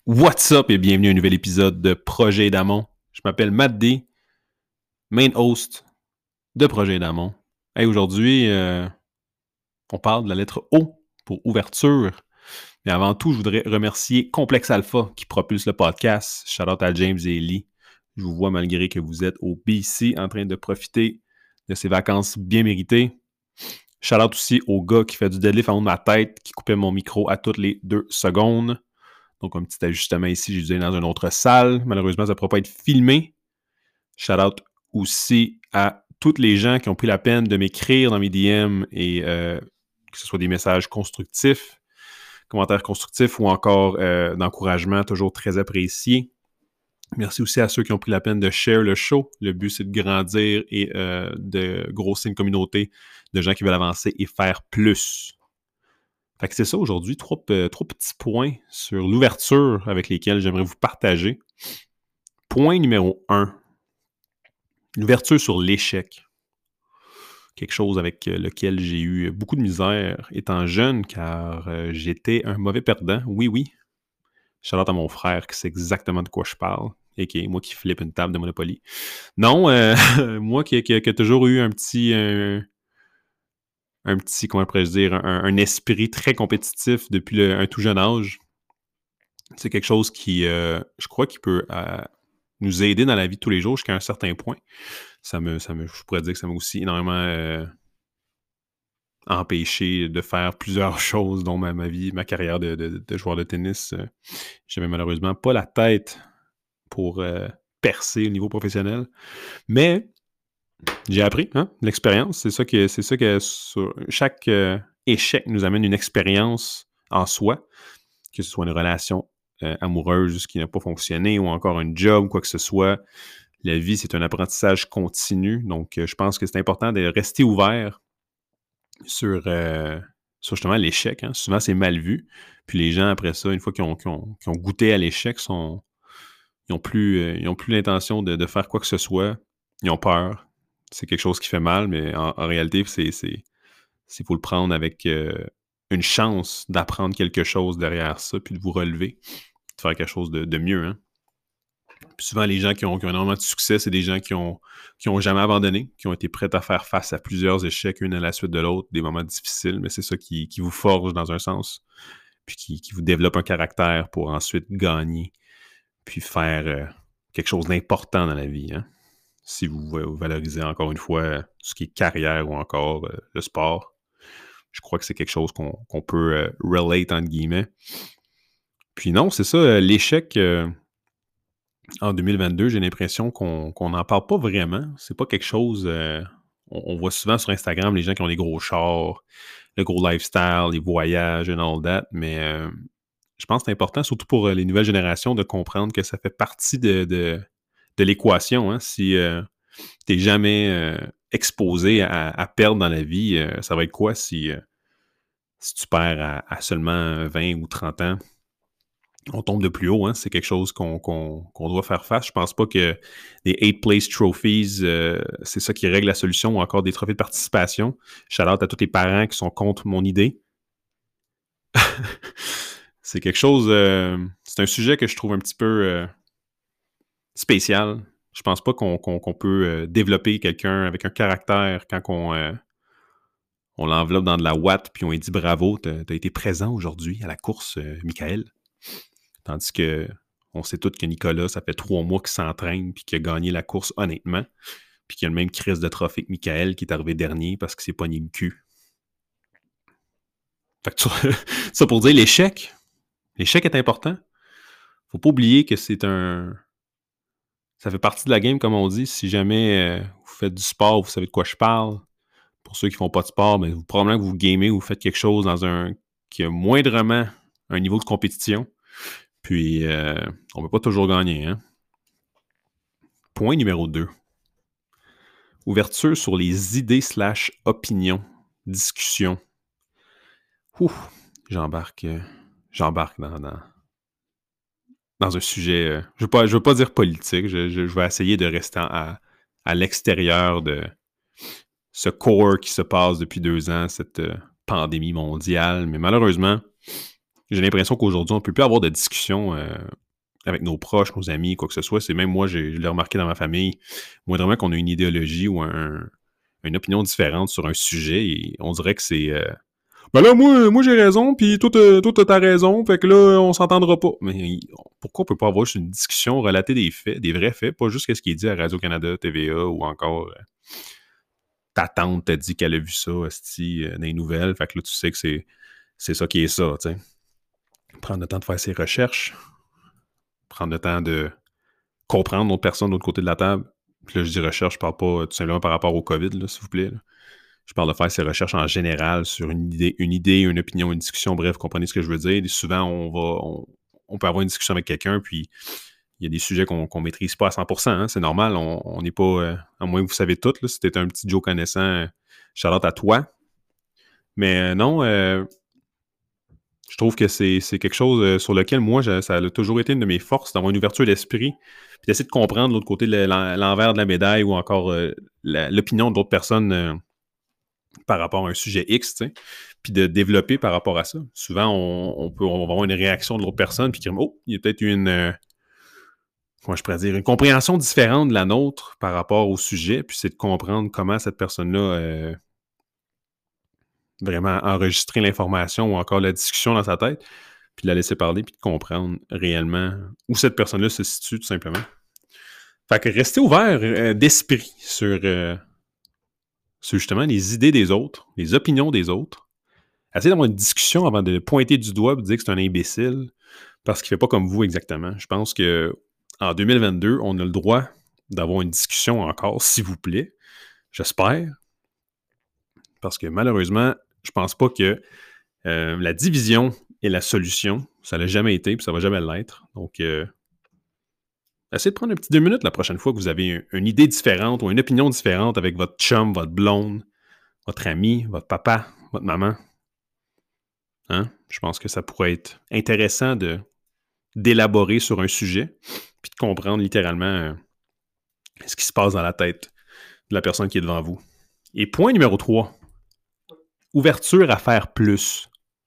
What's up et bienvenue à un nouvel épisode de Projet Damon. Je m'appelle Matt D, main host de Projet Damon. Hey, aujourd'hui, on parle de la lettre O pour ouverture. Mais avant tout, je voudrais remercier Complex Alpha qui propulse le podcast. Shout out à James et Ellie. Je vous vois malgré que vous êtes au BC en train de profiter de ces vacances bien méritées. Shout out aussi au gars qui fait du deadlift en haut de ma tête, qui coupait mon micro à toutes les 2 secondes. Donc, un petit ajustement ici, j'ai dû aller dans une autre salle. Malheureusement, ça ne pourra pas être filmé. Shout out aussi à tous les gens qui ont pris la peine de m'écrire dans mes DM et que ce soit des messages constructifs, commentaires constructifs ou encore d'encouragement, toujours très apprécié. Merci aussi à ceux qui ont pris la peine de share le show. Le but, c'est de grandir et de grossir une communauté de gens qui veulent avancer et faire plus. Fait que c'est ça aujourd'hui, trois petits points sur l'ouverture avec lesquels j'aimerais vous partager. Point numéro 1, l'ouverture sur l'échec. Quelque chose avec lequel j'ai eu beaucoup de misère étant jeune, car j'étais un mauvais perdant. Oui. Shout-out à mon frère qui sait exactement de quoi je parle. Et moi qui flippe une table de Monopoly. Non, moi qui a toujours eu un petit, comment pourrais-je dire, un esprit très compétitif depuis un tout jeune âge. C'est quelque chose qui, je crois, qui peut nous aider dans la vie de tous les jours jusqu'à un certain point. Je pourrais dire que ça m'a aussi énormément empêché de faire plusieurs choses, dont ma vie, ma carrière de joueur de tennis. J'avais malheureusement pas la tête pour percer au niveau professionnel. Mais j'ai appris, hein, l'expérience. C'est ça que sur chaque échec nous amène une expérience en soi, que ce soit une relation amoureuse qui n'a pas fonctionné ou encore un job, quoi que ce soit. La vie, c'est un apprentissage continu. Donc, je pense que c'est important de rester ouvert sur justement l'échec. Hein. Souvent, c'est mal vu. Puis les gens, après ça, une fois qu'ils ont goûté à l'échec, ils n'ont plus l'intention de faire quoi que ce soit. Ils ont peur. C'est quelque chose qui fait mal, mais en réalité, c'est faut le prendre avec une chance d'apprendre quelque chose derrière ça, puis de vous relever, de faire quelque chose de mieux. Hein. Puis souvent, les gens qui ont énormément de succès, c'est des gens qui ont jamais abandonné, qui ont été prêts à faire face à plusieurs échecs, une à la suite de l'autre, des moments difficiles, mais c'est ça qui vous forge dans un sens, puis qui vous développe un caractère pour ensuite gagner, puis faire quelque chose d'important dans la vie. Hein? Si vous valorisez encore une fois ce qui est carrière ou encore le sport, je crois que c'est quelque chose qu'on peut relate, entre guillemets. Puis non, c'est ça, l'échec... en 2022, j'ai l'impression qu'on n'en parle pas vraiment. C'est pas quelque chose... on voit souvent sur Instagram les gens qui ont des gros chars, le gros lifestyle, les voyages and all that, mais je pense que c'est important, surtout pour les nouvelles générations, de comprendre que ça fait partie de l'équation. Hein. Si tu n'es jamais exposé à perdre dans la vie, ça va être quoi si tu perds à seulement 20 ou 30 ans? On tombe de plus haut, hein? C'est quelque chose qu'on doit faire face. Je pense pas que les 8 place trophies, c'est ça qui règle la solution, ou encore des trophées de participation. Shout-out à tous les parents qui sont contre mon idée. C'est quelque chose... c'est un sujet que je trouve un petit peu spécial. Je pense pas qu'on peut développer quelqu'un avec un caractère quand on l'enveloppe dans de la ouate puis on lui dit bravo, t'as été présent aujourd'hui à la course, Michael. Tandis que on sait tous que Nicolas, ça fait 3 mois qu'il s'entraîne puis qu'il a gagné la course honnêtement, puis qu'il a le même crise de trophée que Michael qui est arrivé dernier parce qu'il s'est pogné le cul. Fait que ça pour dire l'échec. L'échec est important. Faut pas oublier que c'est un... Ça fait partie de la game, comme on dit. Si jamais vous faites du sport, vous savez de quoi je parle. Pour ceux qui font pas de sport, ben, probablement que vous gamez ou vous faites quelque chose dans qui a moindrement un niveau de compétition. Puis, on ne peut pas toujours gagner. Hein? Point numéro 2. Ouverture sur les idées/opinions. Discussion. Ouf, j'embarque dans un sujet... je veux pas dire politique. Je vais essayer de rester à l'extérieur de ce core qui se passe depuis 2 ans, cette pandémie mondiale. Mais malheureusement, j'ai l'impression qu'aujourd'hui, on ne peut plus avoir de discussion avec nos proches, nos amis, quoi que ce soit. C'est même moi, je l'ai remarqué dans ma famille, moindrement qu'on a une idéologie ou une opinion différente sur un sujet, et on dirait que c'est ben là, moi j'ai raison, puis toi, t'as raison, fait que là, on s'entendra pas. Mais pourquoi on peut pas avoir juste une discussion, relater des faits, des vrais faits, pas juste ce qui est dit à Radio-Canada, TVA, ou encore ta tante t'a dit qu'elle a vu ça, esti, dans les nouvelles, fait que là, tu sais que c'est ça qui est ça, tu sais. Prendre le temps de faire ses recherches, prendre le temps de comprendre l'autre personne de l'autre côté de la table. Puis là, je dis recherche, je parle pas tout simplement par rapport au COVID, là, s'il vous plaît, là. Je parle de faire ses recherches en général sur une idée, une opinion, une discussion, bref, comprenez ce que je veux dire. Et souvent, on peut avoir une discussion avec quelqu'un, puis il y a des sujets qu'on maîtrise pas à 100%, hein, c'est normal, on n'est pas, à moins que vous savez tout, là, si t'es un petit Joe connaissant, shout-out à toi. Mais non, je trouve que c'est quelque chose sur lequel, moi, ça a toujours été une de mes forces, d'avoir une ouverture d'esprit, puis d'essayer de comprendre l'autre côté, l'envers de la médaille, ou encore l'opinion d'autres personnes par rapport à un sujet X, tu sais, puis de développer par rapport à ça. Souvent, on va avoir une réaction de l'autre personne, puis qui dit « Oh, il y a peut-être une comment je pourrais dire, une compréhension différente de la nôtre par rapport au sujet, puis c'est de comprendre comment cette personne-là vraiment enregistrer l'information ou encore la discussion dans sa tête, puis de la laisser parler, puis de comprendre réellement où cette personne-là se situe, tout simplement. Fait que rester ouvert d'esprit sur justement les idées des autres, les opinions des autres. Essayez d'avoir une discussion avant de pointer du doigt et de dire que c'est un imbécile parce qu'il fait pas comme vous exactement. Je pense que en 2022, on a le droit d'avoir une discussion encore, s'il vous plaît. J'espère. Parce que malheureusement, je pense pas que la division est la solution. Ça l'a jamais été, puis ça va jamais l'être. Donc, essayez de prendre un petit 2 minutes la prochaine fois que vous avez une idée différente ou une opinion différente avec votre chum, votre blonde, votre ami, votre papa, votre maman. Hein? Je pense que ça pourrait être intéressant d'élaborer sur un sujet, puis de comprendre littéralement ce qui se passe dans la tête de la personne qui est devant vous. Et point numéro 3, ouverture à faire plus.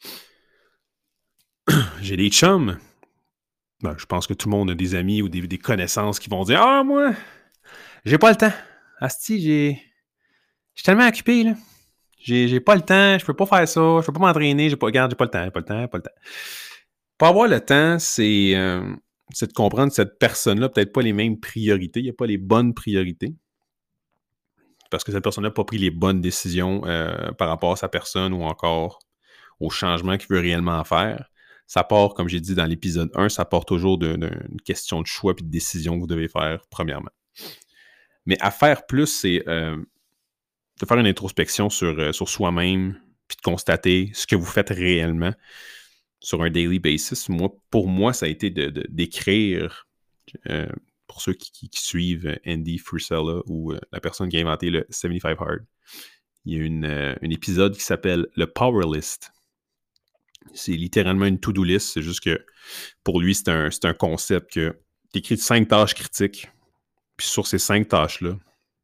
J'ai des chums. Ben, je pense que tout le monde a des amis ou des connaissances qui vont dire « Ah, moi, j'ai pas le temps. Asti, je suis tellement occupé, là. J'ai pas le temps, je peux pas faire ça, je peux pas m'entraîner, j'ai pas le temps. » Pour avoir le temps, c'est de comprendre que cette personne-là n'a peut-être pas les mêmes priorités, il n'y a pas les bonnes priorités. Parce que cette personne-là n'a pas pris les bonnes décisions par rapport à sa personne ou encore au changement qu'il veut réellement faire. Ça part, comme j'ai dit dans l'épisode 1, ça part toujours d'une question de choix et de décision que vous devez faire, premièrement. Mais à faire plus, c'est de faire une introspection sur soi-même puis de constater ce que vous faites réellement sur un daily basis. Pour moi, ça a été d'écrire, pour ceux qui suivent Andy Frisella ou la personne qui a inventé le 75 Hard, il y a un épisode qui s'appelle le Power List. C'est littéralement une to-do list, c'est juste que pour lui, c'est un concept que tu écris 5 tâches critiques, puis sur ces 5 tâches-là,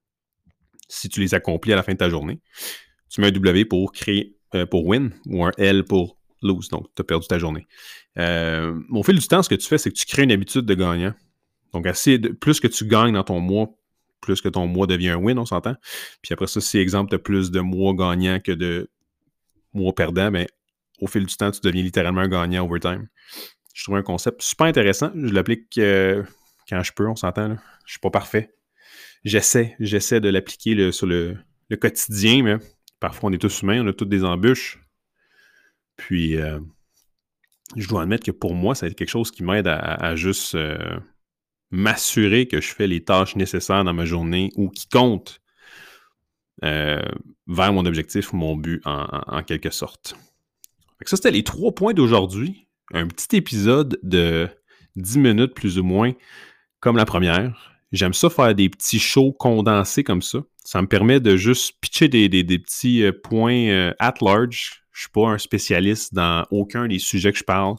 si tu les accomplis à la fin de ta journée, tu mets un W pour pour win ou un L pour lose, donc tu as perdu ta journée. Au fil du temps, ce que tu fais, c'est que tu crées une habitude de gagnant. Donc, plus que tu gagnes dans ton mois, plus que ton mois devient un win, on s'entend. Puis après ça, si, exemple, tu as plus de mois gagnants que de mois perdants, ben, au fil du temps, tu deviens littéralement un gagnant overtime. Je trouve un concept super intéressant. Je l'applique quand je peux, on s'entend. Là. Je suis pas parfait. J'essaie de l'appliquer sur le quotidien, mais parfois on est tous humains, on a toutes des embûches. Puis, je dois admettre que pour moi, ça a été quelque chose qui m'aide à juste m'assurer que je fais les tâches nécessaires dans ma journée ou qui comptent vers mon objectif ou mon but en quelque sorte. Ça, c'était les 3 points d'aujourd'hui. Un petit épisode de 10 minutes plus ou moins, comme la première. J'aime ça faire des petits shows condensés comme ça. Ça me permet de juste pitcher des petits points at large. Je ne suis pas un spécialiste dans aucun des sujets que je parle.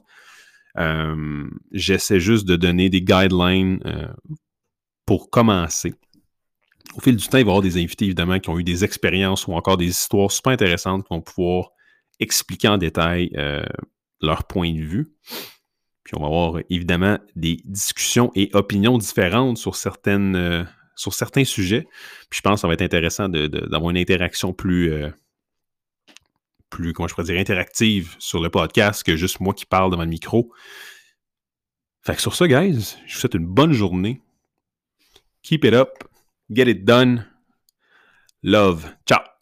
J'essaie juste de donner des guidelines pour commencer. Au fil du temps, il va y avoir des invités, évidemment, qui ont eu des expériences ou encore des histoires super intéressantes qui vont pouvoir expliquer en détail leur point de vue. Puis on va avoir évidemment des discussions et opinions différentes sur certains sujets. Puis je pense que ça va être intéressant d'avoir une interaction plus, comment je pourrais dire, interactive sur le podcast que juste moi qui parle devant le micro. Fait que sur ça, guys, je vous souhaite une bonne journée. Keep it up. Get it done. Love. Ciao.